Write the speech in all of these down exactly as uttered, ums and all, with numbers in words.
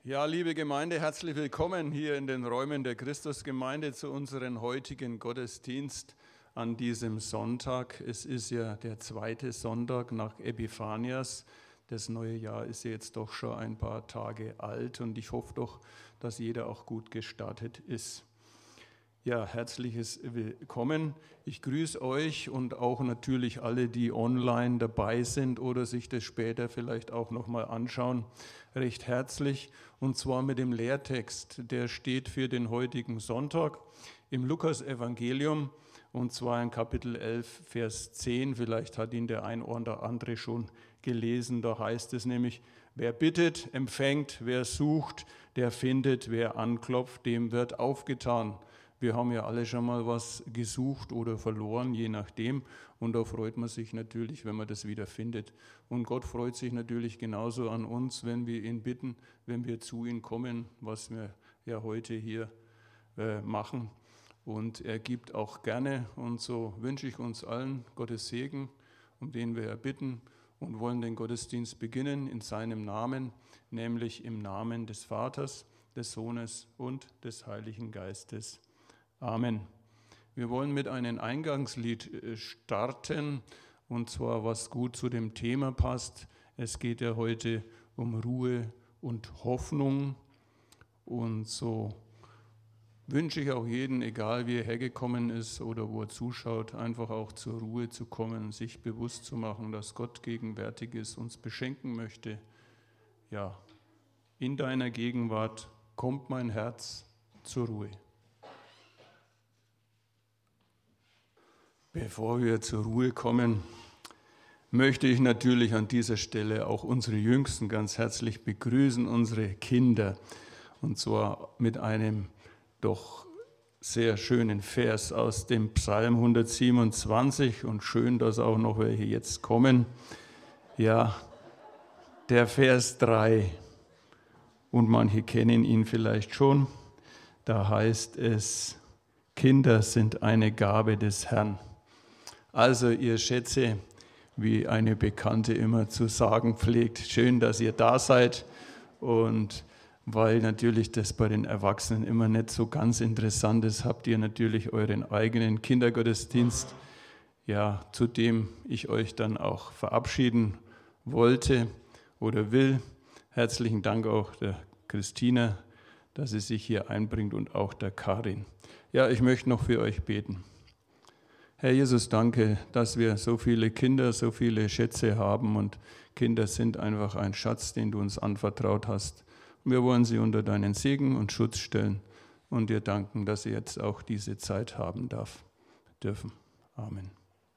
Ja, liebe Gemeinde, herzlich willkommen hier in den Räumen der Christusgemeinde zu unserem heutigen Gottesdienst an diesem Sonntag. Es ist ja der zweite Sonntag nach Epiphanias. Das neue Jahr ist ja jetzt doch schon ein paar Tage alt und ich hoffe doch, dass jeder auch gut gestartet ist. Ja, herzliches Willkommen. Ich grüße euch und auch natürlich alle, die online dabei sind oder sich das später vielleicht auch nochmal anschauen, recht herzlich. Und zwar mit dem Lehrtext, der steht für den heutigen Sonntag im Lukas-Evangelium und zwar in Kapitel elf, Vers zehn. Vielleicht hat ihn der ein oder andere schon gelesen. Da heißt es nämlich: Wer bittet, empfängt, wer sucht, der findet, wer anklopft, dem wird aufgetan. Wir haben ja alle schon mal was gesucht oder verloren, je nachdem. Und da freut man sich natürlich, wenn man das wieder findet. Und Gott freut sich natürlich genauso an uns, wenn wir ihn bitten, wenn wir zu ihm kommen, was wir ja heute hier äh, machen. Und er gibt auch gerne. Und so wünsche ich uns allen Gottes Segen, um den wir erbitten und wollen den Gottesdienst beginnen in seinem Namen, nämlich im Namen des Vaters, des Sohnes und des Heiligen Geistes. Amen. Wir wollen mit einem Eingangslied starten, und zwar was gut zu dem Thema passt. Es geht ja heute um Ruhe und Hoffnung. Und so wünsche ich auch jeden, egal wie er hergekommen ist oder wo er zuschaut, einfach auch zur Ruhe zu kommen, sich bewusst zu machen, dass Gott gegenwärtig ist, uns beschenken möchte. Ja, in deiner Gegenwart kommt mein Herz zur Ruhe. Bevor wir zur Ruhe kommen, möchte ich natürlich an dieser Stelle auch unsere Jüngsten ganz herzlich begrüßen, unsere Kinder, und zwar mit einem doch sehr schönen Vers aus dem Psalm hundertsiebenundzwanzig, und schön, dass auch noch welche jetzt kommen. Ja, der Vers drei, und manche kennen ihn vielleicht schon, da heißt es: Kinder sind eine Gabe des Herrn. Also ihr Schätze, wie eine Bekannte immer zu sagen pflegt, schön, dass ihr da seid. Und weil natürlich das bei den Erwachsenen immer nicht so ganz interessant ist, habt ihr natürlich euren eigenen Kindergottesdienst, ja, zu dem ich euch dann auch verabschieden wollte oder will. Herzlichen Dank auch der Christina, dass sie sich hier einbringt, und auch der Karin. Ja, ich möchte noch für euch beten. Herr Jesus, danke, dass wir so viele Kinder, so viele Schätze haben, und Kinder sind einfach ein Schatz, den du uns anvertraut hast. Wir wollen sie unter deinen Segen und Schutz stellen und dir danken, dass sie jetzt auch diese Zeit haben darf, dürfen. Amen.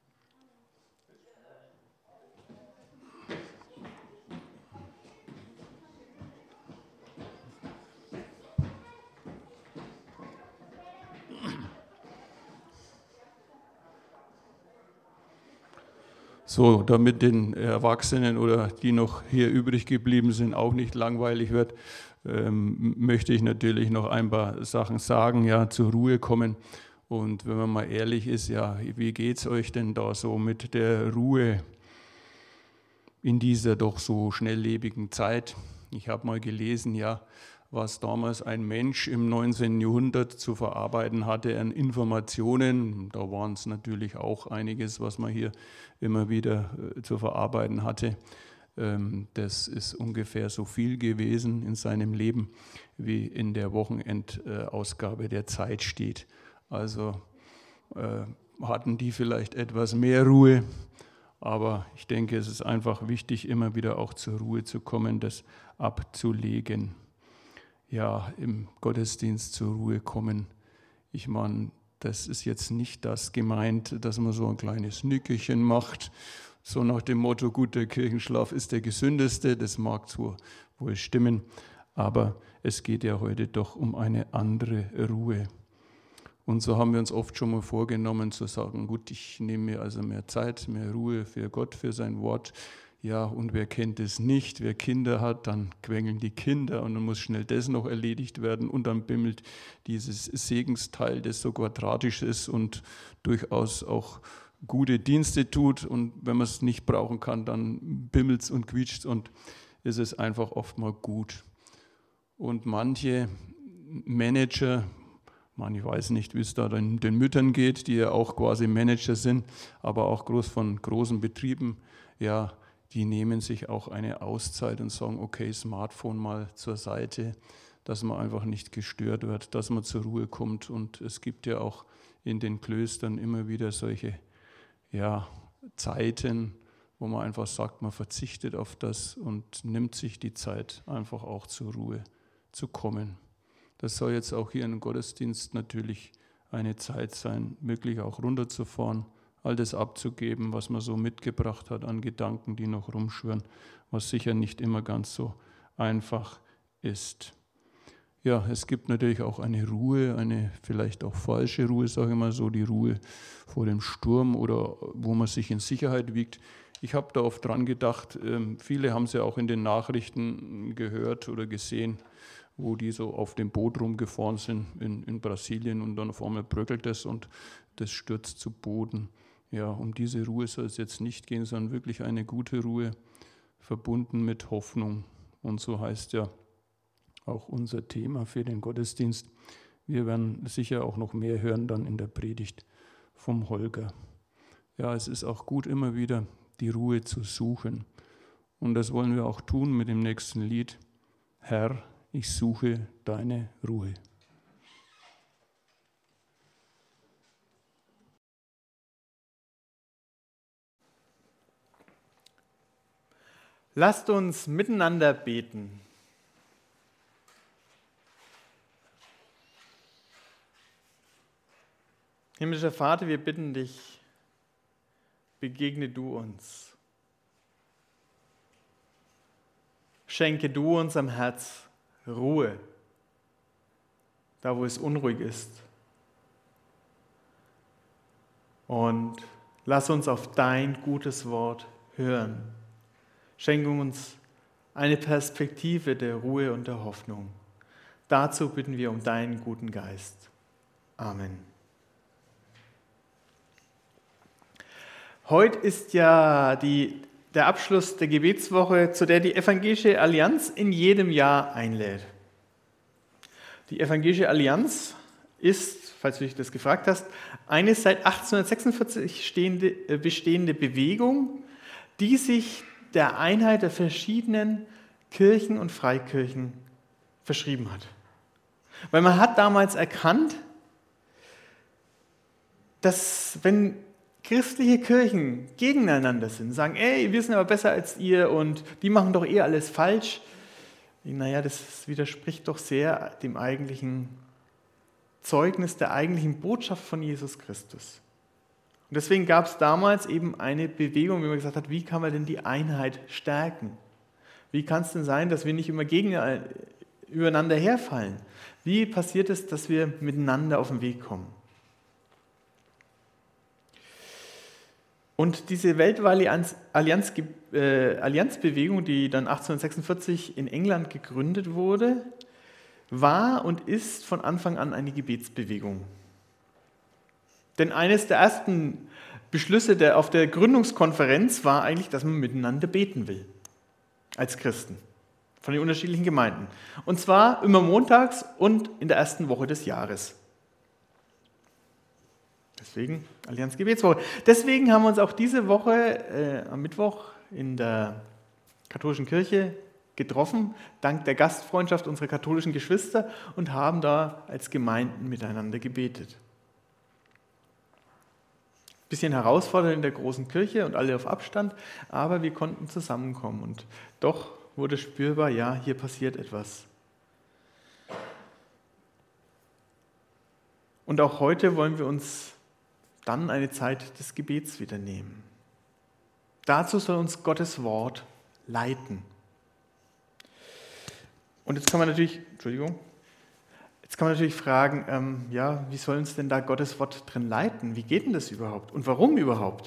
So, damit den Erwachsenen oder die noch hier übrig geblieben sind auch nicht langweilig wird, ähm, möchte ich natürlich noch ein paar Sachen sagen, ja, zur Ruhe kommen. Und wenn man mal ehrlich ist, ja, wie geht es euch denn da so mit der Ruhe in dieser doch so schnelllebigen Zeit? Ich habe mal gelesen, ja, was damals ein Mensch im neunzehnten Jahrhundert zu verarbeiten hatte an Informationen. Da waren es natürlich auch einiges, was man hier immer wieder äh, zu verarbeiten hatte. Ähm, das ist ungefähr so viel gewesen in seinem Leben, wie in der Wochenendausgabe der Zeit steht. Also äh, hatten die vielleicht etwas mehr Ruhe, aber ich denke, es ist einfach wichtig, immer wieder auch zur Ruhe zu kommen, das abzulegen. Ja, im Gottesdienst zur Ruhe kommen. Ich meine, das ist jetzt nicht das gemeint, dass man so ein kleines Nickerchen macht, so nach dem Motto, gut, der Kirchenschlaf ist der gesündeste, das mag zwar wohl stimmen, aber es geht ja heute doch um eine andere Ruhe. Und so haben wir uns oft schon mal vorgenommen zu sagen, gut, ich nehme mir also mehr Zeit, mehr Ruhe für Gott, für sein Wort. Ja, und wer kennt es nicht? Wer Kinder hat, dann quengeln die Kinder und dann muss schnell das noch erledigt werden und dann bimmelt dieses Segensteil, das so quadratisch ist und durchaus auch gute Dienste tut, und wenn man es nicht brauchen kann, dann bimmelt es und quietscht und ist es einfach oft mal gut. Und manche Manager, man, ich weiß nicht, wie es da den, den Müttern geht, die ja auch quasi Manager sind, aber auch groß von großen Betrieben, ja, die nehmen sich auch eine Auszeit und sagen, okay, Smartphone mal zur Seite, dass man einfach nicht gestört wird, dass man zur Ruhe kommt. Und es gibt ja auch in den Klöstern immer wieder solche ja, Zeiten, wo man einfach sagt, man verzichtet auf das und nimmt sich die Zeit, einfach auch zur Ruhe zu kommen. Das soll jetzt auch hier im Gottesdienst natürlich eine Zeit sein, wirklich auch runterzufahren, all das abzugeben, was man so mitgebracht hat an Gedanken, die noch rumschwirren, was sicher nicht immer ganz so einfach ist. Ja, es gibt natürlich auch eine Ruhe, eine vielleicht auch falsche Ruhe, sage ich mal so, die Ruhe vor dem Sturm oder wo man sich in Sicherheit wiegt. Ich habe da oft dran gedacht, viele haben es ja auch in den Nachrichten gehört oder gesehen, wo die so auf dem Boot rumgefahren sind in, in Brasilien und dann auf einmal bröckelt es und das stürzt zu Boden. Ja, um diese Ruhe soll es jetzt nicht gehen, sondern wirklich eine gute Ruhe, verbunden mit Hoffnung. Und so heißt ja auch unser Thema für den Gottesdienst. Wir werden sicher auch noch mehr hören dann in der Predigt vom Holger. Ja, es ist auch gut, immer wieder die Ruhe zu suchen. Und das wollen wir auch tun mit dem nächsten Lied. Herr, ich suche deine Ruhe. Lasst uns miteinander beten. Himmlischer Vater, wir bitten dich, begegne du uns. Schenke du unserem Herz Ruhe, da wo es unruhig ist. Und lass uns auf dein gutes Wort hören. Schenke uns eine Perspektive der Ruhe und der Hoffnung. Dazu bitten wir um deinen guten Geist. Amen. Heute ist ja die, der Abschluss der Gebetswoche, zu der die Evangelische Allianz in jedem Jahr einlädt. Die Evangelische Allianz ist, falls du dich das gefragt hast, eine seit achtzehnhundertsechsundvierzig stehende, bestehende Bewegung, die sich der Einheit der verschiedenen Kirchen und Freikirchen verschrieben hat. Weil man hat damals erkannt, dass wenn christliche Kirchen gegeneinander sind, sagen, ey, wir sind aber besser als ihr und die machen doch eh alles falsch. Naja, das widerspricht doch sehr dem eigentlichen Zeugnis, der eigentlichen Botschaft von Jesus Christus. Und deswegen gab es damals eben eine Bewegung, wie man gesagt hat, wie kann man denn die Einheit stärken? Wie kann es denn sein, dass wir nicht immer gegen, übereinander herfallen? Wie passiert es, dass wir miteinander auf den Weg kommen? Und diese weltweite Allianz, äh, Allianzbewegung, die dann achtzehnhundertsechsundvierzig in England gegründet wurde, war und ist von Anfang an eine Gebetsbewegung. Denn eines der ersten Beschlüsse der, auf der Gründungskonferenz war eigentlich, dass man miteinander beten will, als Christen, von den unterschiedlichen Gemeinden. Und zwar immer montags und in der ersten Woche des Jahres. Deswegen Allianz Gebetswoche. Deswegen haben wir uns auch diese Woche äh, am Mittwoch in der katholischen Kirche getroffen, dank der Gastfreundschaft unserer katholischen Geschwister, und haben da als Gemeinden miteinander gebetet. Bisschen herausfordernd in der großen Kirche und alle auf Abstand, aber wir konnten zusammenkommen und doch wurde spürbar, ja, hier passiert etwas. Und auch heute wollen wir uns dann eine Zeit des Gebets wieder nehmen. Dazu soll uns Gottes Wort leiten. Und jetzt kann man natürlich, Entschuldigung, jetzt kann man natürlich fragen, ähm, ja, wie soll uns denn da Gottes Wort drin leiten? Wie geht denn das überhaupt? Und warum überhaupt?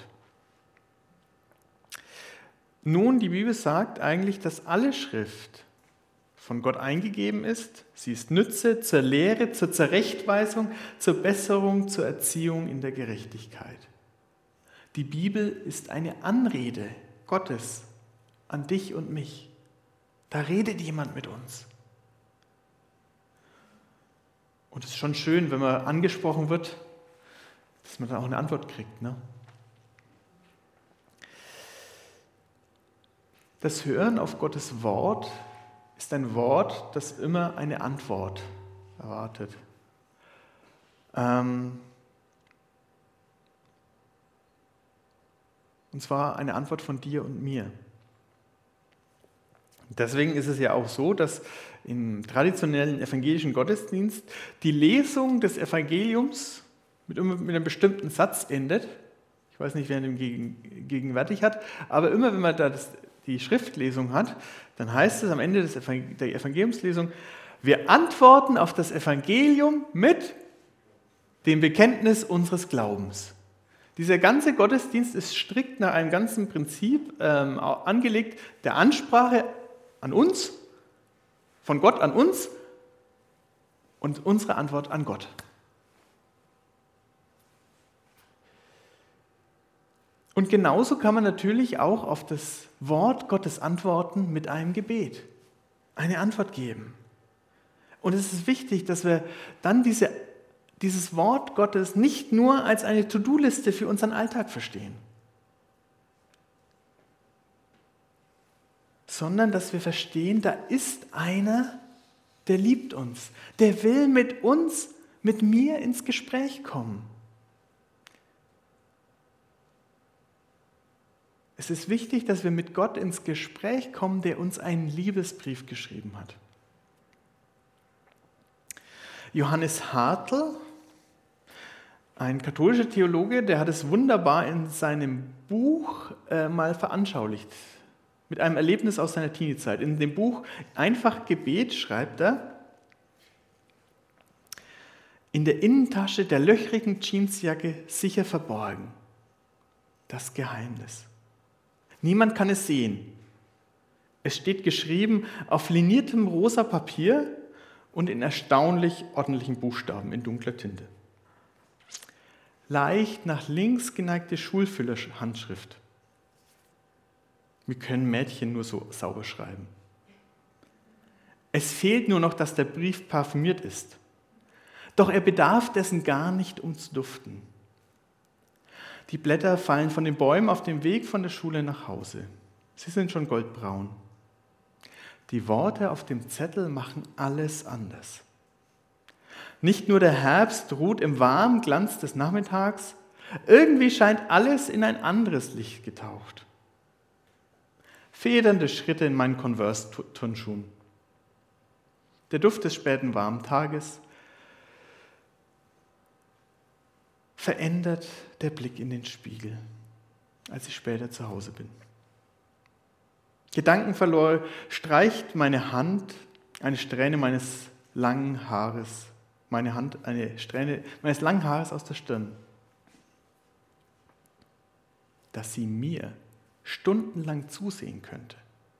Nun, die Bibel sagt eigentlich, dass alle Schrift von Gott eingegeben ist. Sie ist Nütze zur Lehre, zur Zurechtweisung, zur Besserung, zur Erziehung in der Gerechtigkeit. Die Bibel ist eine Anrede Gottes an dich und mich. Da redet jemand mit uns. Und es ist schon schön, wenn man angesprochen wird, dass man dann auch eine Antwort kriegt. Ne? Das Hören auf Gottes Wort ist ein Wort, das immer eine Antwort erwartet. Ähm, und zwar eine Antwort von dir und mir. Deswegen ist es ja auch so, dass im traditionellen evangelischen Gottesdienst die Lesung des Evangeliums mit, mit einem bestimmten Satz endet. Ich weiß nicht, wer den gegen, gegenwärtig hat, aber immer wenn man da das, die Schriftlesung hat, dann heißt es am Ende des Evangel- der Evangeliumslesung, wir antworten auf das Evangelium mit dem Bekenntnis unseres Glaubens. Dieser ganze Gottesdienst ist strikt nach einem ganzen Prinzip ähm, angelegt, der Ansprache an uns, von Gott an uns und unsere Antwort an Gott. Und genauso kann man natürlich auch auf das Wort Gottes antworten mit einem Gebet, eine Antwort geben. Und es ist wichtig, dass wir dann diese, dieses Wort Gottes nicht nur als eine To-Do-Liste für unseren Alltag verstehen, sondern dass wir verstehen, da ist einer, der liebt uns, der will mit uns, mit mir ins Gespräch kommen. Es ist wichtig, dass wir mit Gott ins Gespräch kommen, der uns einen Liebesbrief geschrieben hat. Johannes Hartl, ein katholischer Theologe, der hat es wunderbar in seinem Buch äh, mal veranschaulicht, mit einem Erlebnis aus seiner Teenie-Zeit. In dem Buch Einfach Gebet schreibt er, in der Innentasche der löchrigen Jeansjacke sicher verborgen, das Geheimnis. Niemand kann es sehen. Es steht geschrieben auf liniertem rosa Papier und in erstaunlich ordentlichen Buchstaben in dunkler Tinte. Leicht nach links geneigte Schulfüllerhandschrift. Wie können Mädchen nur so sauber schreiben? Es fehlt nur noch, dass der Brief parfümiert ist. Doch er bedarf dessen gar nicht, um zu duften. Die Blätter fallen von den Bäumen auf dem Weg von der Schule nach Hause. Sie sind schon goldbraun. Die Worte auf dem Zettel machen alles anders. Nicht nur der Herbst ruht im warmen Glanz des Nachmittags, irgendwie scheint alles in ein anderes Licht getaucht. Federnde Schritte in meinen Converse-Turnschuhen. Der Duft des späten warmen Tages. Verändert der Blick in den Spiegel, als ich später zu Hause bin. Gedankenverlor streicht meine Hand eine Strähne meines langen Haares, meine Hand eine Strähne meines langen Haares aus der Stirn, dass sie mir stundenlang zusehen könnte.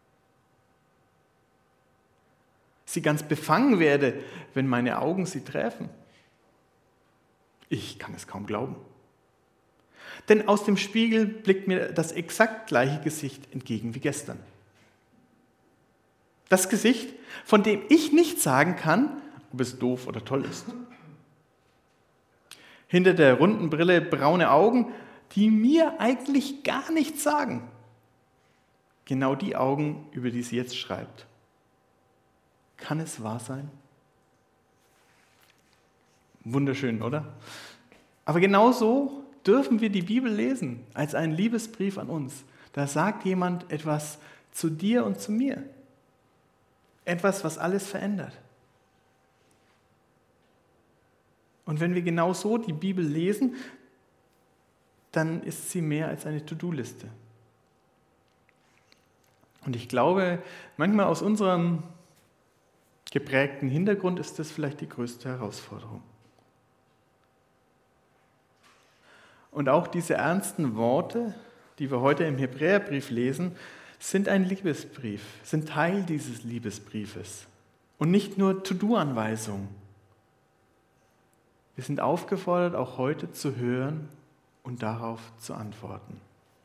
Sie ganz befangen werde, wenn meine Augen sie treffen. Ich kann es kaum glauben. Denn aus dem Spiegel blickt mir das exakt gleiche Gesicht entgegen wie gestern. Das Gesicht, von dem ich nicht sagen kann, ob es doof oder toll ist. Hinter der runden Brille braune Augen, die mir eigentlich gar nichts sagen. Genau die Augen, über die sie jetzt schreibt. Kann es wahr sein? Wunderschön, oder? Aber genau so dürfen wir die Bibel lesen, als einen Liebesbrief an uns. Da sagt jemand etwas zu dir und zu mir. Etwas, was alles verändert. Und wenn wir genau so die Bibel lesen, dann ist sie mehr als eine To-Do-Liste. Und ich glaube, manchmal aus unserem geprägten Hintergrund ist das vielleicht die größte Herausforderung. Und auch diese ernsten Worte, die wir heute im Hebräerbrief lesen, sind ein Liebesbrief, sind Teil dieses Liebesbriefes und nicht nur To-Do-Anweisungen. Wir sind aufgefordert, auch heute zu hören und darauf zu antworten.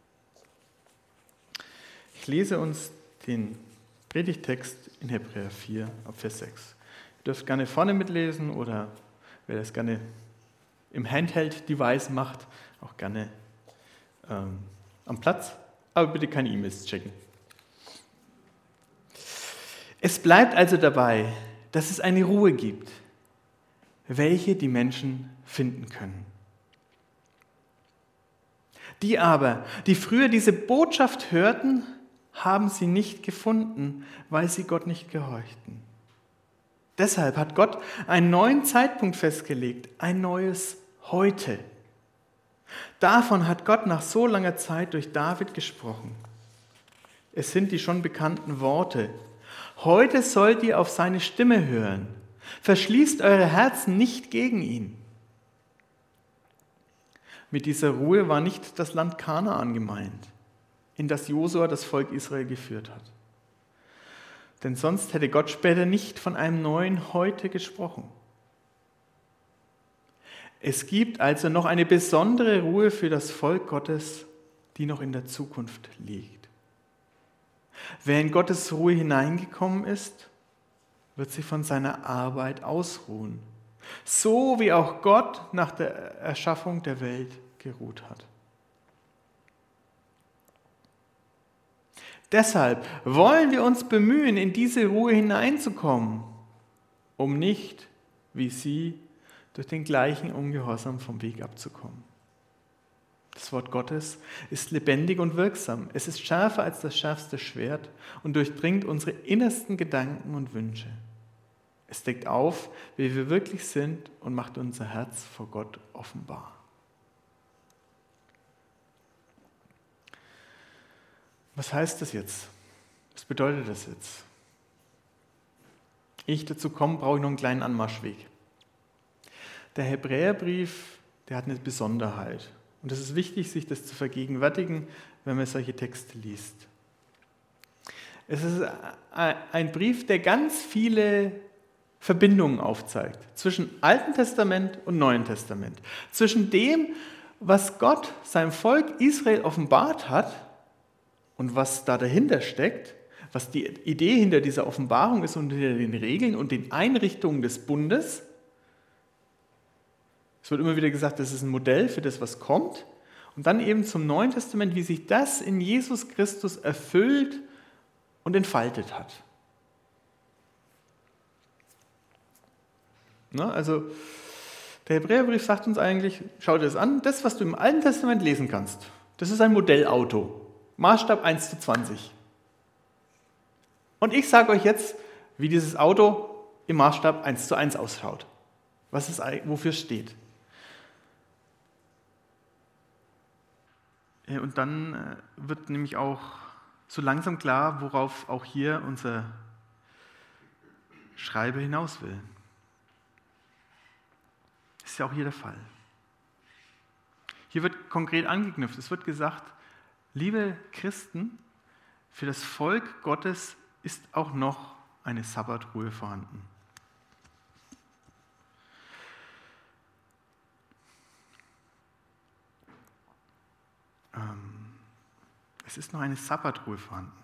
Ich lese uns den Predigttext in Hebräer vier, ab Vers sechs. Ihr dürft gerne vorne mitlesen oder Wer das gerne im Handheld-Device macht, auch gerne ähm, am Platz, aber bitte keine E-Mails checken. Es bleibt also dabei, dass es eine Ruhe gibt, welche die Menschen finden können. Die aber, die früher diese Botschaft hörten, haben sie nicht gefunden, weil sie Gott nicht gehorchten. Deshalb hat Gott einen neuen Zeitpunkt festgelegt, ein neues Heute. Davon hat Gott nach so langer Zeit durch David gesprochen. Es sind die schon bekannten Worte. Heute sollt ihr auf seine Stimme hören. Verschließt eure Herzen nicht gegen ihn. Mit dieser Ruhe war nicht das Land Kanaan gemeint, in das Josua das Volk Israel geführt hat. Denn sonst hätte Gott später nicht von einem neuen Heute gesprochen. Es gibt also noch eine besondere Ruhe für das Volk Gottes, die noch in der Zukunft liegt. Wer in Gottes Ruhe hineingekommen ist, wird sich von seiner Arbeit ausruhen, so wie auch Gott nach der Erschaffung der Welt geruht hat. Deshalb wollen wir uns bemühen, in diese Ruhe hineinzukommen, um nicht, wie sie, durch den gleichen Ungehorsam vom Weg abzukommen. Das Wort Gottes ist lebendig und wirksam. Es ist schärfer als das schärfste Schwert und durchdringt unsere innersten Gedanken und Wünsche. Es deckt auf, wie wir wirklich sind und macht unser Herz vor Gott offenbar. Was heißt das jetzt? Was bedeutet das jetzt? Ehe ich dazu komme, brauche ich noch einen kleinen Anmarschweg. Der Hebräerbrief, der hat eine Besonderheit. Und es ist wichtig, sich das zu vergegenwärtigen, wenn man solche Texte liest. Es ist ein Brief, der ganz viele Verbindungen aufzeigt zwischen Alten Testament und Neuen Testament. Zwischen dem, was Gott seinem Volk Israel offenbart hat und was da dahinter steckt, was die Idee hinter dieser Offenbarung ist und hinter den Regeln und den Einrichtungen des Bundes. Es wird immer wieder gesagt, das ist ein Modell für das, was kommt. Und dann eben zum Neuen Testament, wie sich das in Jesus Christus erfüllt und entfaltet hat. Na, also der Hebräerbrief sagt uns eigentlich, schau dir das an, das, was du im Alten Testament lesen kannst, das ist ein Modellauto. Maßstab eins zu zwanzig. Und ich sage euch jetzt, wie dieses Auto im Maßstab eins zu eins ausschaut. Was es, wofür es steht. Und dann wird nämlich auch so langsam klar, worauf auch hier unser Schreiber hinaus will. Das ist ja auch hier der Fall. Hier wird konkret angeknüpft. Es wird gesagt, liebe Christen, für das Volk Gottes ist auch noch eine Sabbatruhe vorhanden. Ähm, es ist noch eine Sabbatruhe vorhanden.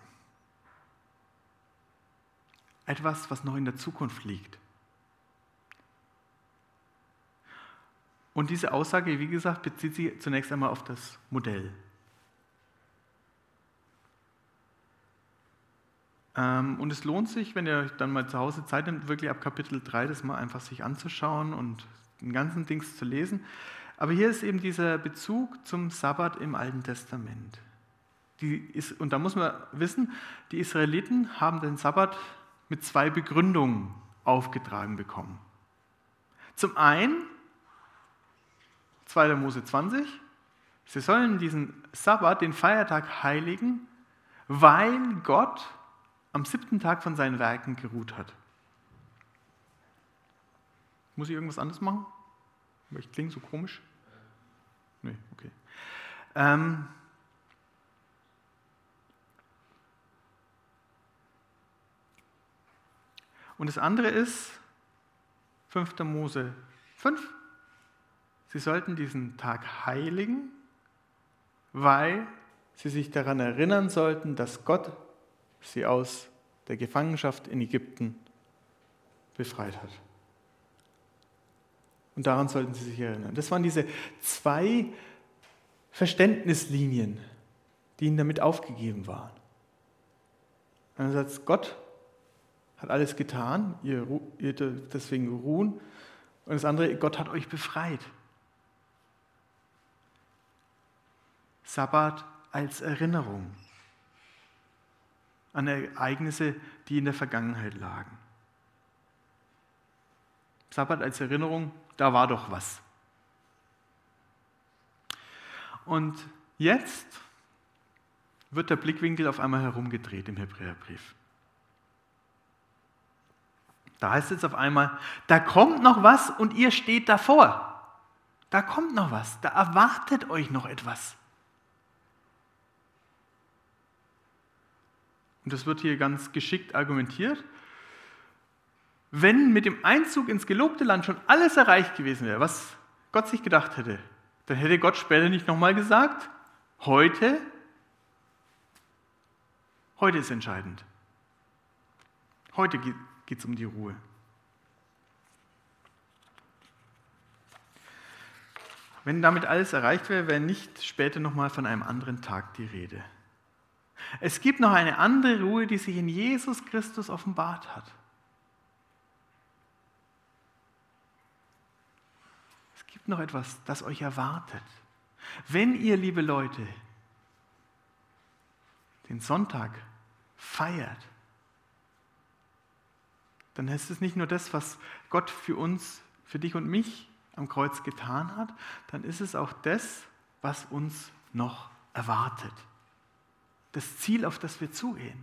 Etwas, was noch in der Zukunft liegt. Und diese Aussage, wie gesagt, bezieht sich zunächst einmal auf das Modell. Und es lohnt sich, wenn ihr euch dann mal zu Hause Zeit nehmt, wirklich ab Kapitel drei das mal einfach sich anzuschauen und den ganzen Dings zu lesen. Aber hier ist eben dieser Bezug zum Sabbat im Alten Testament. Die ist, und da muss man wissen, die Israeliten haben den Sabbat mit zwei Begründungen aufgetragen bekommen. Zum einen, zweiter Mose zwanzig, sie sollen diesen Sabbat, den Feiertag heiligen, weil Gott am siebten Tag von seinen Werken geruht hat. Muss ich irgendwas anderes machen? Ich klinge so komisch. Nee, okay. Ähm, und das andere ist fünfter Mose fünf. Sie sollten diesen Tag heiligen, weil sie sich daran erinnern sollten, dass Gott sie aus der Gefangenschaft in Ägypten befreit hat. Und daran sollten Sie sich erinnern. Das waren diese zwei Verständnislinien, die Ihnen damit aufgegeben waren. Einerseits Gott hat alles getan, ihr, ihr dürft deswegen ruhen. Und das andere, Gott hat euch befreit. Sabbat als Erinnerung an Ereignisse, die in der Vergangenheit lagen. Sabbat als Erinnerung, da war doch was. Und jetzt wird der Blickwinkel auf einmal herumgedreht im Hebräerbrief. Da heißt es auf einmal, da kommt noch was und ihr steht davor. Da kommt noch was, da erwartet euch noch etwas. Und das wird hier ganz geschickt argumentiert. Wenn mit dem Einzug ins gelobte Land schon alles erreicht gewesen wäre, was Gott sich gedacht hätte, dann hätte Gott später nicht nochmal gesagt, heute, heute ist entscheidend. Heute geht es um die Ruhe. Wenn damit alles erreicht wäre, wäre nicht später nochmal von einem anderen Tag die Rede. Es gibt noch eine andere Ruhe, die sich in Jesus Christus offenbart hat. Es gibt noch etwas, das euch erwartet. Wenn ihr, liebe Leute, den Sonntag feiert, dann ist es nicht nur das, was Gott für uns, für dich und mich am Kreuz getan hat, dann ist es auch das, was uns noch erwartet. Das Ziel, auf das wir zugehen.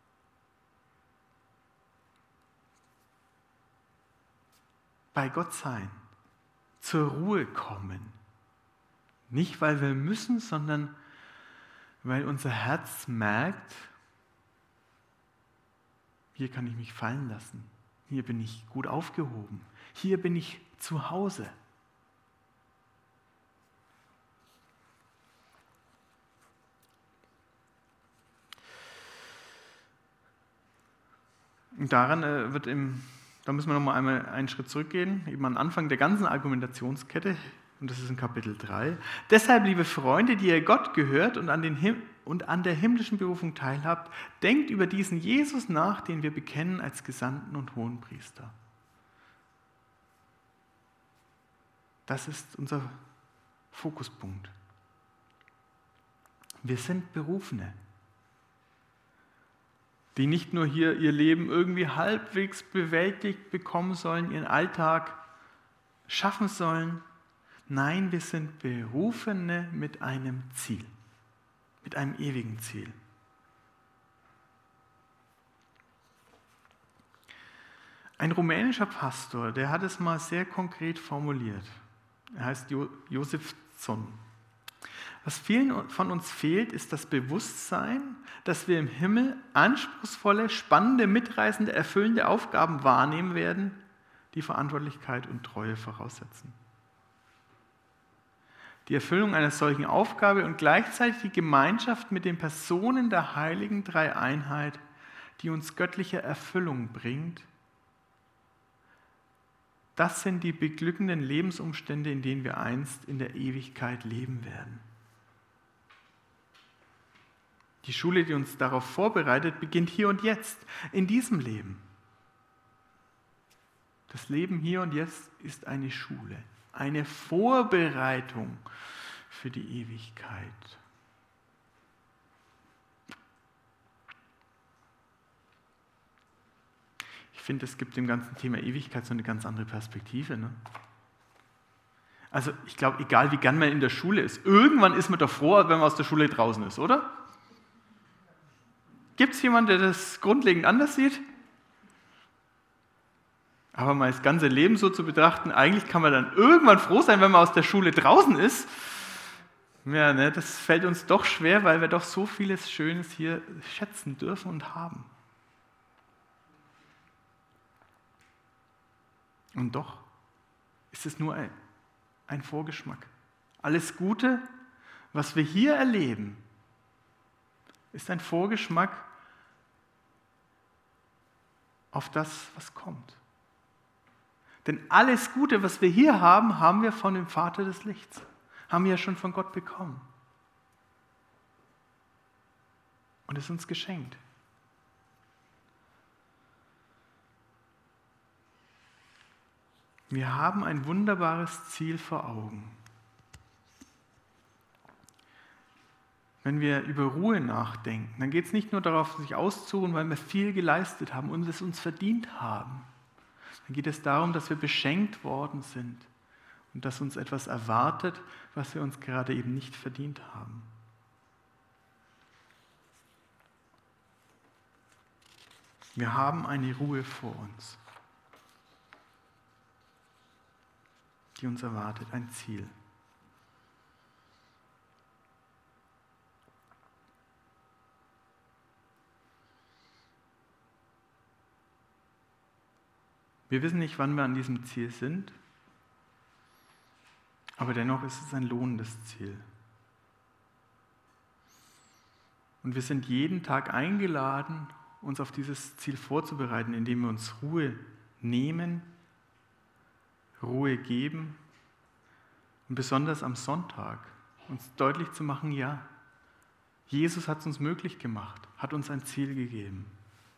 Bei Gott sein, zur Ruhe kommen. Nicht, weil wir müssen, sondern weil unser Herz merkt, hier kann ich mich fallen lassen. Hier bin ich gut aufgehoben. Hier bin ich zu Hause. Und daran äh, wird im, da müssen wir noch mal einmal einen Schritt zurückgehen, eben am Anfang der ganzen Argumentationskette, und das ist in Kapitel drei. Deshalb, liebe Freunde, die ihr Gott gehört und an, den Him- und an der himmlischen Berufung teilhabt, denkt über diesen Jesus nach, den wir bekennen als Gesandten und Hohenpriester. Das ist unser Fokuspunkt. Wir sind Berufene, die nicht nur hier ihr Leben irgendwie halbwegs bewältigt bekommen sollen, ihren Alltag schaffen sollen. Nein, wir sind Berufene mit einem Ziel, mit einem ewigen Ziel. Ein rumänischer Pastor, der hat es mal sehr konkret formuliert. Er heißt jo- Josef Zon. Was vielen von uns fehlt, ist das Bewusstsein, dass wir im Himmel anspruchsvolle, spannende, mitreißende, erfüllende Aufgaben wahrnehmen werden, die Verantwortlichkeit und Treue voraussetzen. Die Erfüllung einer solchen Aufgabe und gleichzeitig die Gemeinschaft mit den Personen der heiligen Dreieinheit, die uns göttliche Erfüllung bringt, das sind die beglückenden Lebensumstände, in denen wir einst in der Ewigkeit leben werden. Die Schule, die uns darauf vorbereitet, beginnt hier und jetzt, in diesem Leben. Das Leben hier und jetzt ist eine Schule, eine Vorbereitung für die Ewigkeit. Ich finde, es gibt dem ganzen Thema Ewigkeit so eine ganz andere Perspektive. Ne? Also ich glaube, egal wie gern man in der Schule ist, irgendwann ist man doch froh, wenn man aus der Schule draußen ist, oder? Gibt es jemanden, der das grundlegend anders sieht? Aber mal das ganze Leben so zu betrachten, eigentlich kann man dann irgendwann froh sein, wenn man aus der Schule draußen ist. Ja, ne, das fällt uns doch schwer, weil wir doch so vieles Schönes hier schätzen dürfen und haben. Und doch ist es nur ein, ein Vorgeschmack. Alles Gute, was wir hier erleben, ist ein Vorgeschmack auf das, was kommt. Denn alles Gute, was wir hier haben, haben wir von dem Vater des Lichts. Haben wir ja schon von Gott bekommen. Und ist uns geschenkt. Wir haben ein wunderbares Ziel vor Augen. Wenn wir über Ruhe nachdenken, dann geht es nicht nur darauf, sich auszuruhen, weil wir viel geleistet haben und es uns verdient haben. Dann geht es darum, dass wir beschenkt worden sind und dass uns etwas erwartet, was wir uns gerade eben nicht verdient haben. Wir haben eine Ruhe vor uns, die uns erwartet, ein Ziel. Wir wissen nicht, wann wir an diesem Ziel sind, aber dennoch ist es ein lohnendes Ziel. Und wir sind jeden Tag eingeladen, uns auf dieses Ziel vorzubereiten, indem wir uns Ruhe nehmen, Ruhe geben und besonders am Sonntag uns deutlich zu machen, ja, Jesus hat es uns möglich gemacht, hat uns ein Ziel gegeben.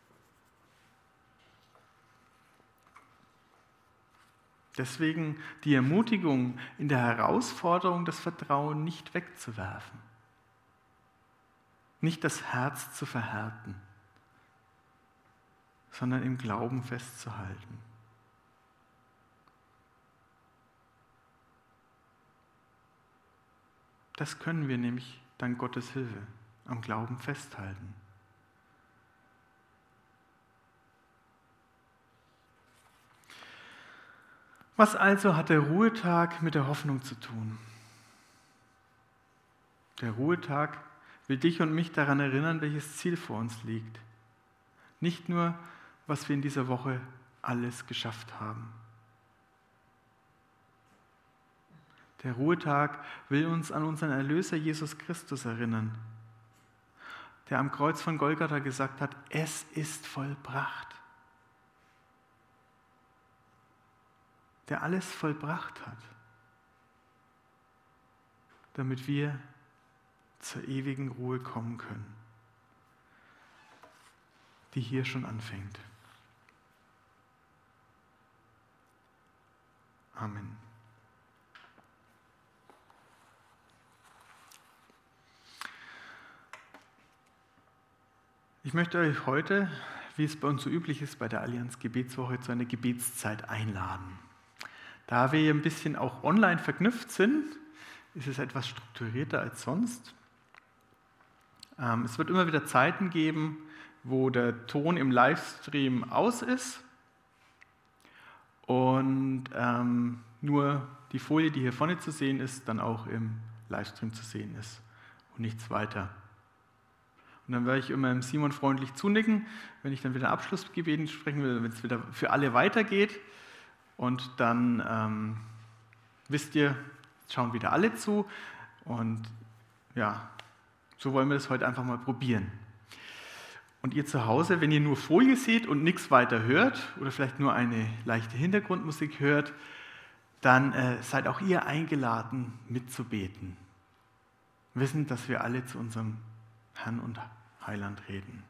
Deswegen die Ermutigung, in der Herausforderung das Vertrauen nicht wegzuwerfen, nicht das Herz zu verhärten, sondern im Glauben festzuhalten. Das können wir nämlich dank Gottes Hilfe am Glauben festhalten. Was also hat der Ruhetag mit der Hoffnung zu tun? Der Ruhetag will dich und mich daran erinnern, welches Ziel vor uns liegt. Nicht nur, was wir in dieser Woche alles geschafft haben. Der Ruhetag will uns an unseren Erlöser Jesus Christus erinnern, der am Kreuz von Golgatha gesagt hat, es ist vollbracht. Der alles vollbracht hat, damit wir zur ewigen Ruhe kommen können, die hier schon anfängt. Amen. Ich möchte euch heute, wie es bei uns so üblich ist, bei der Allianz Gebetswoche zu einer Gebetszeit einladen. Da wir ein bisschen auch online verknüpft sind, ist es etwas strukturierter als sonst. Ähm, es wird immer wieder Zeiten geben, wo der Ton im Livestream aus ist und ähm, nur die Folie, die hier vorne zu sehen ist, dann auch im Livestream zu sehen ist und nichts weiter. Und dann werde ich immer dem Simon freundlich zunicken, wenn ich dann wieder Abschlussgebet sprechen will, wenn es wieder für alle weitergeht. Und dann ähm, wisst ihr, schauen wieder alle zu. Und ja, so wollen wir das heute einfach mal probieren. Und ihr zu Hause, wenn ihr nur Folie seht und nichts weiter hört oder vielleicht nur eine leichte Hintergrundmusik hört, dann äh, seid auch ihr eingeladen, mitzubeten. Wissend, dass wir alle zu unserem Herrn und Heiland reden.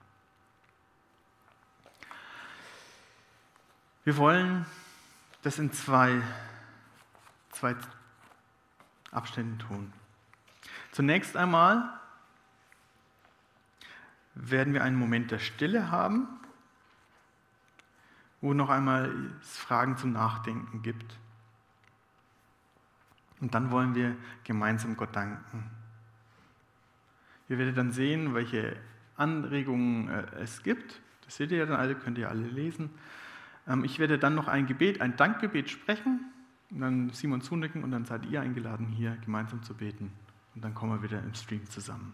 Wir wollen das in zwei, zwei Abschnitten tun. Zunächst einmal werden wir einen Moment der Stille haben, wo noch einmal es Fragen zum Nachdenken gibt. Und dann wollen wir gemeinsam Gott danken. Ihr werdet dann sehen, welche Anregungen es gibt. Das seht ihr ja dann alle, könnt ihr alle lesen. Ich werde dann noch ein Gebet, ein Dankgebet sprechen, und dann Simon zunicken und dann seid ihr eingeladen, hier gemeinsam zu beten. Und dann kommen wir wieder im Stream zusammen.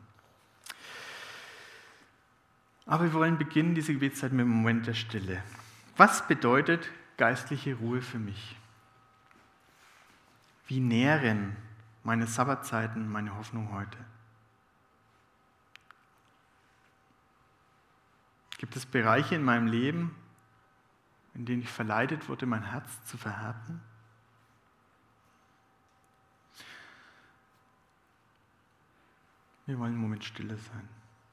Aber wir wollen beginnen, diese Gebetszeit mit dem Moment der Stille. Was bedeutet geistliche Ruhe für mich? Wie nähren meine Sabbatzeiten meine Hoffnung heute? Gibt es Bereiche in meinem Leben, in denen ich verleitet wurde, mein Herz zu verhärten? Wir wollen einen Moment stille sein.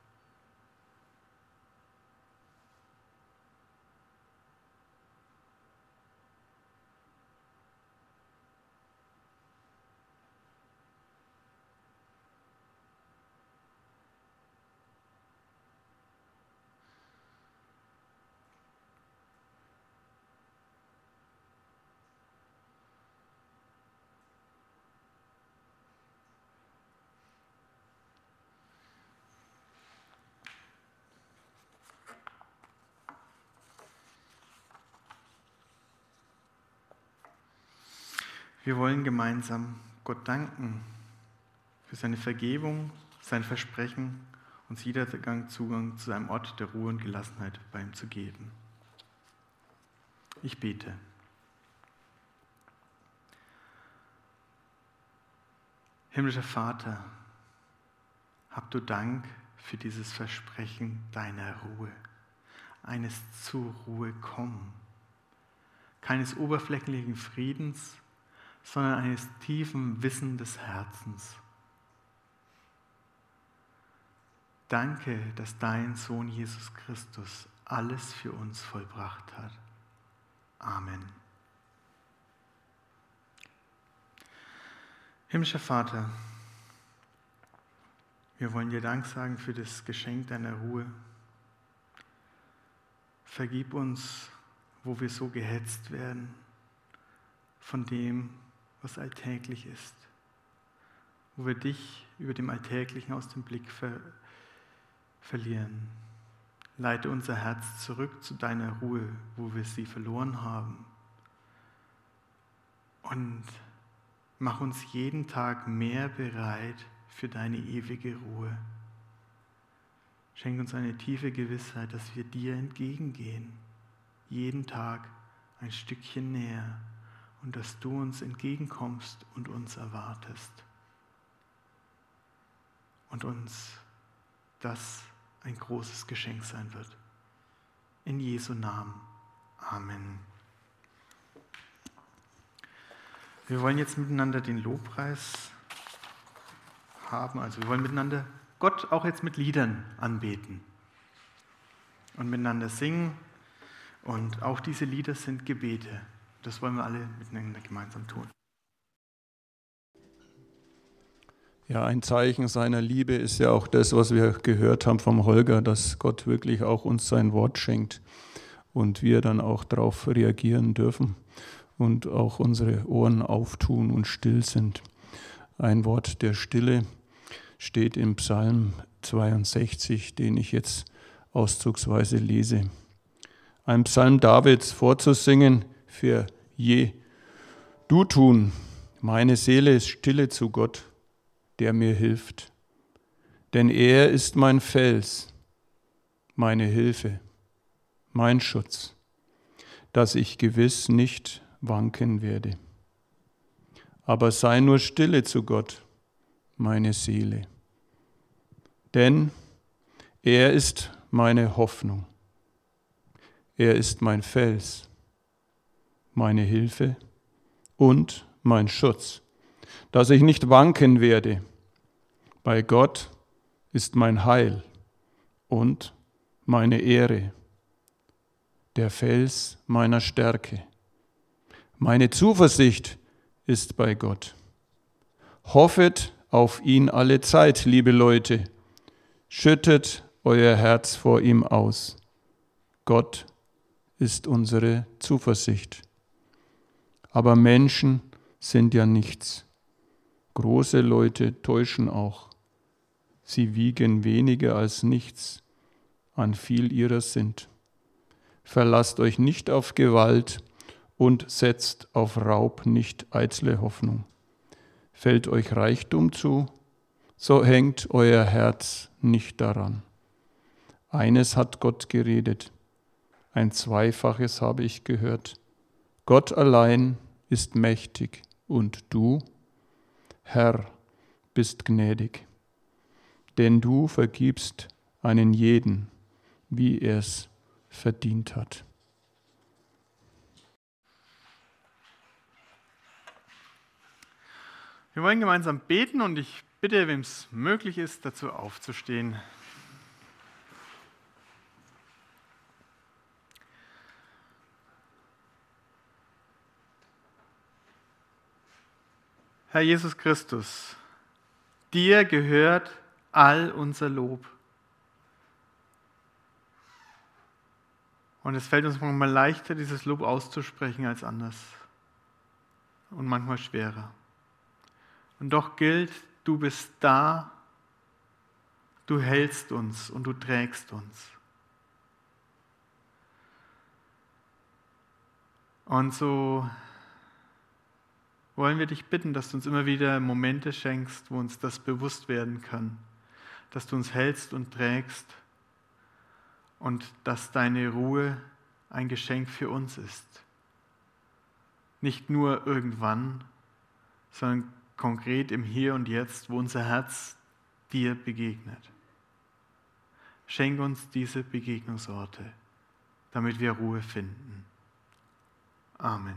Wir wollen gemeinsam Gott danken für seine Vergebung, sein Versprechen, uns jeder Gang Zugang zu einem Ort der Ruhe und Gelassenheit bei ihm zu geben. Ich bete. Himmlischer Vater, hab du Dank für dieses Versprechen deiner Ruhe, eines zur Ruhe kommen, keines oberflächlichen Friedens, sondern eines tiefen Wissen des Herzens. Danke, dass dein Sohn Jesus Christus alles für uns vollbracht hat. Amen. Himmlischer Vater, wir wollen dir Dank sagen für das Geschenk deiner Ruhe. Vergib uns, wo wir so gehetzt werden von dem, was alltäglich ist, wo wir dich über dem Alltäglichen aus dem Blick ver- verlieren. Leite unser Herz zurück zu deiner Ruhe, wo wir sie verloren haben. Und mach uns jeden Tag mehr bereit für deine ewige Ruhe. Schenk uns eine tiefe Gewissheit, dass wir dir entgegengehen, jeden Tag ein Stückchen näher, und dass du uns entgegenkommst und uns erwartest. Und uns das ein großes Geschenk sein wird. In Jesu Namen. Amen. Wir wollen jetzt miteinander den Lobpreis haben. Also wir wollen miteinander Gott auch jetzt mit Liedern anbeten und miteinander singen. Und auch diese Lieder sind Gebete. Das wollen wir alle miteinander gemeinsam tun. Ja, ein Zeichen seiner Liebe ist ja auch das, was wir gehört haben vom Holger, dass Gott wirklich auch uns sein Wort schenkt und wir dann auch darauf reagieren dürfen und auch unsere Ohren auftun und still sind. Ein Wort der Stille steht im Psalm zweiundsechzig, den ich jetzt auszugsweise lese. Ein Psalm Davids vorzusingen für je du tun. Meine Seele ist stille zu Gott, der mir hilft. Denn er ist mein Fels, meine Hilfe, mein Schutz, dass ich gewiss nicht wanken werde. Aber sei nur stille zu Gott, meine Seele. Denn er ist meine Hoffnung. Er ist mein Fels, meine Hilfe und mein Schutz, dass ich nicht wanken werde. Bei Gott ist mein Heil und meine Ehre, der Fels meiner Stärke. Meine Zuversicht ist bei Gott. Hoffet auf ihn alle Zeit, liebe Leute. Schüttet euer Herz vor ihm aus. Gott ist unsere Zuversicht. Aber Menschen sind ja nichts. Große Leute täuschen auch. Sie wiegen weniger als nichts an viel ihrer sind. Verlasst euch nicht auf Gewalt und setzt auf Raub nicht eitle Hoffnung. Fällt euch Reichtum zu, so hängt euer Herz nicht daran. Eines hat Gott geredet, ein Zweifaches habe ich gehört. Gott allein ist mächtig und du, Herr, bist gnädig. Denn du vergibst einen jeden, wie er es verdient hat. Wir wollen gemeinsam beten und ich bitte, wem es möglich ist, dazu aufzustehen. Herr Jesus Christus, dir gehört all unser Lob. Und es fällt uns manchmal leichter, dieses Lob auszusprechen als anders. Und manchmal schwerer. Und doch gilt, du bist da, du hältst uns und du trägst uns. Und so wollen wir dich bitten, dass du uns immer wieder Momente schenkst, wo uns das bewusst werden kann, dass du uns hältst und trägst und dass deine Ruhe ein Geschenk für uns ist. Nicht nur irgendwann, sondern konkret im Hier und Jetzt, wo unser Herz dir begegnet. Schenk uns diese Begegnungsorte, damit wir Ruhe finden. Amen.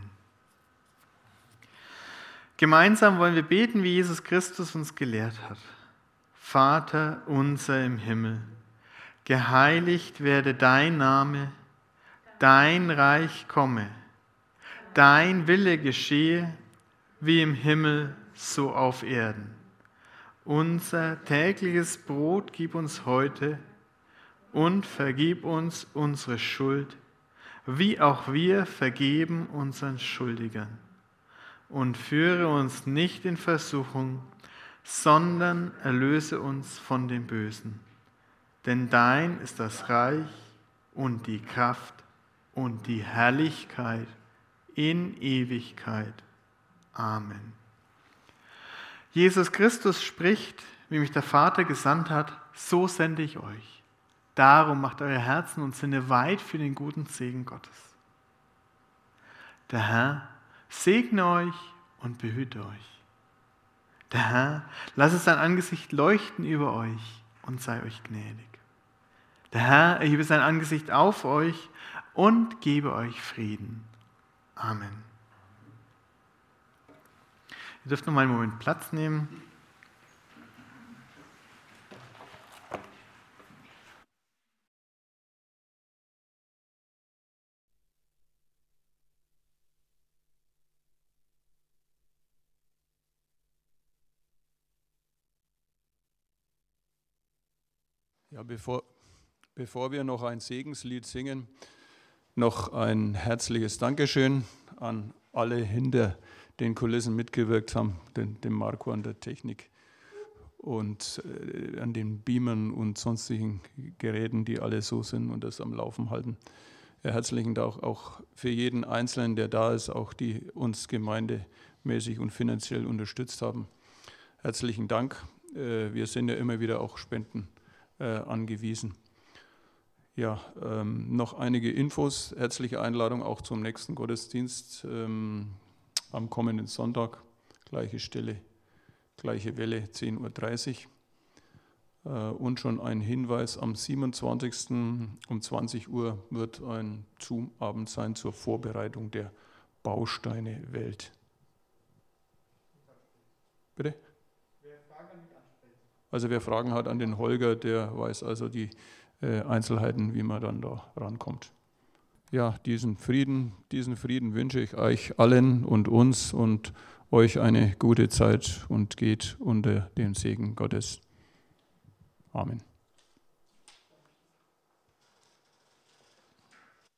Gemeinsam wollen wir beten, wie Jesus Christus uns gelehrt hat. Vater unser im Himmel, geheiligt werde dein Name, dein Reich komme, dein Wille geschehe, wie im Himmel, so auf Erden. Unser tägliches Brot gib uns heute und vergib uns unsere Schuld, wie auch wir vergeben unseren Schuldigern. Und führe uns nicht in Versuchung, sondern erlöse uns von dem Bösen. Denn dein ist das Reich und die Kraft und die Herrlichkeit in Ewigkeit. Amen. Jesus Christus spricht, wie mich der Vater gesandt hat, so sende ich euch. Darum macht eure Herzen und Sinne weit für den guten Segen Gottes. Der Herr segne euch und behüte euch. Der Herr lasse sein Angesicht leuchten über euch und sei euch gnädig. Der Herr erhebe sein Angesicht auf euch und gebe euch Frieden. Amen. Ihr dürft noch mal einen Moment Platz nehmen. Ja, bevor, bevor wir noch ein Segenslied singen, noch ein herzliches Dankeschön an alle hinter den Kulissen mitgewirkt haben, den, dem Marco an der Technik und äh, an den Beamern und sonstigen Geräten, die alle so sind und das am Laufen halten. Ja, herzlichen Dank auch für jeden Einzelnen, der da ist, auch die uns gemeindemäßig und finanziell unterstützt haben. Herzlichen Dank. Äh, wir sind ja immer wieder auch Spenden äh, angewiesen. Ja, ähm, noch einige Infos, herzliche Einladung auch zum nächsten Gottesdienst ähm, am kommenden Sonntag, gleiche Stelle, gleiche Welle, zehn Uhr dreißig. Äh, und schon ein Hinweis, am siebenundzwanzigsten um zwanzig Uhr wird ein Zoom-Abend sein zur Vorbereitung der Bausteine-Welt. Bitte? Also wer Fragen hat an den Holger, der weiß also die Einzelheiten, wie man dann da rankommt. Ja, diesen Frieden, diesen Frieden wünsche ich euch allen und uns und euch eine gute Zeit und geht unter dem Segen Gottes. Amen.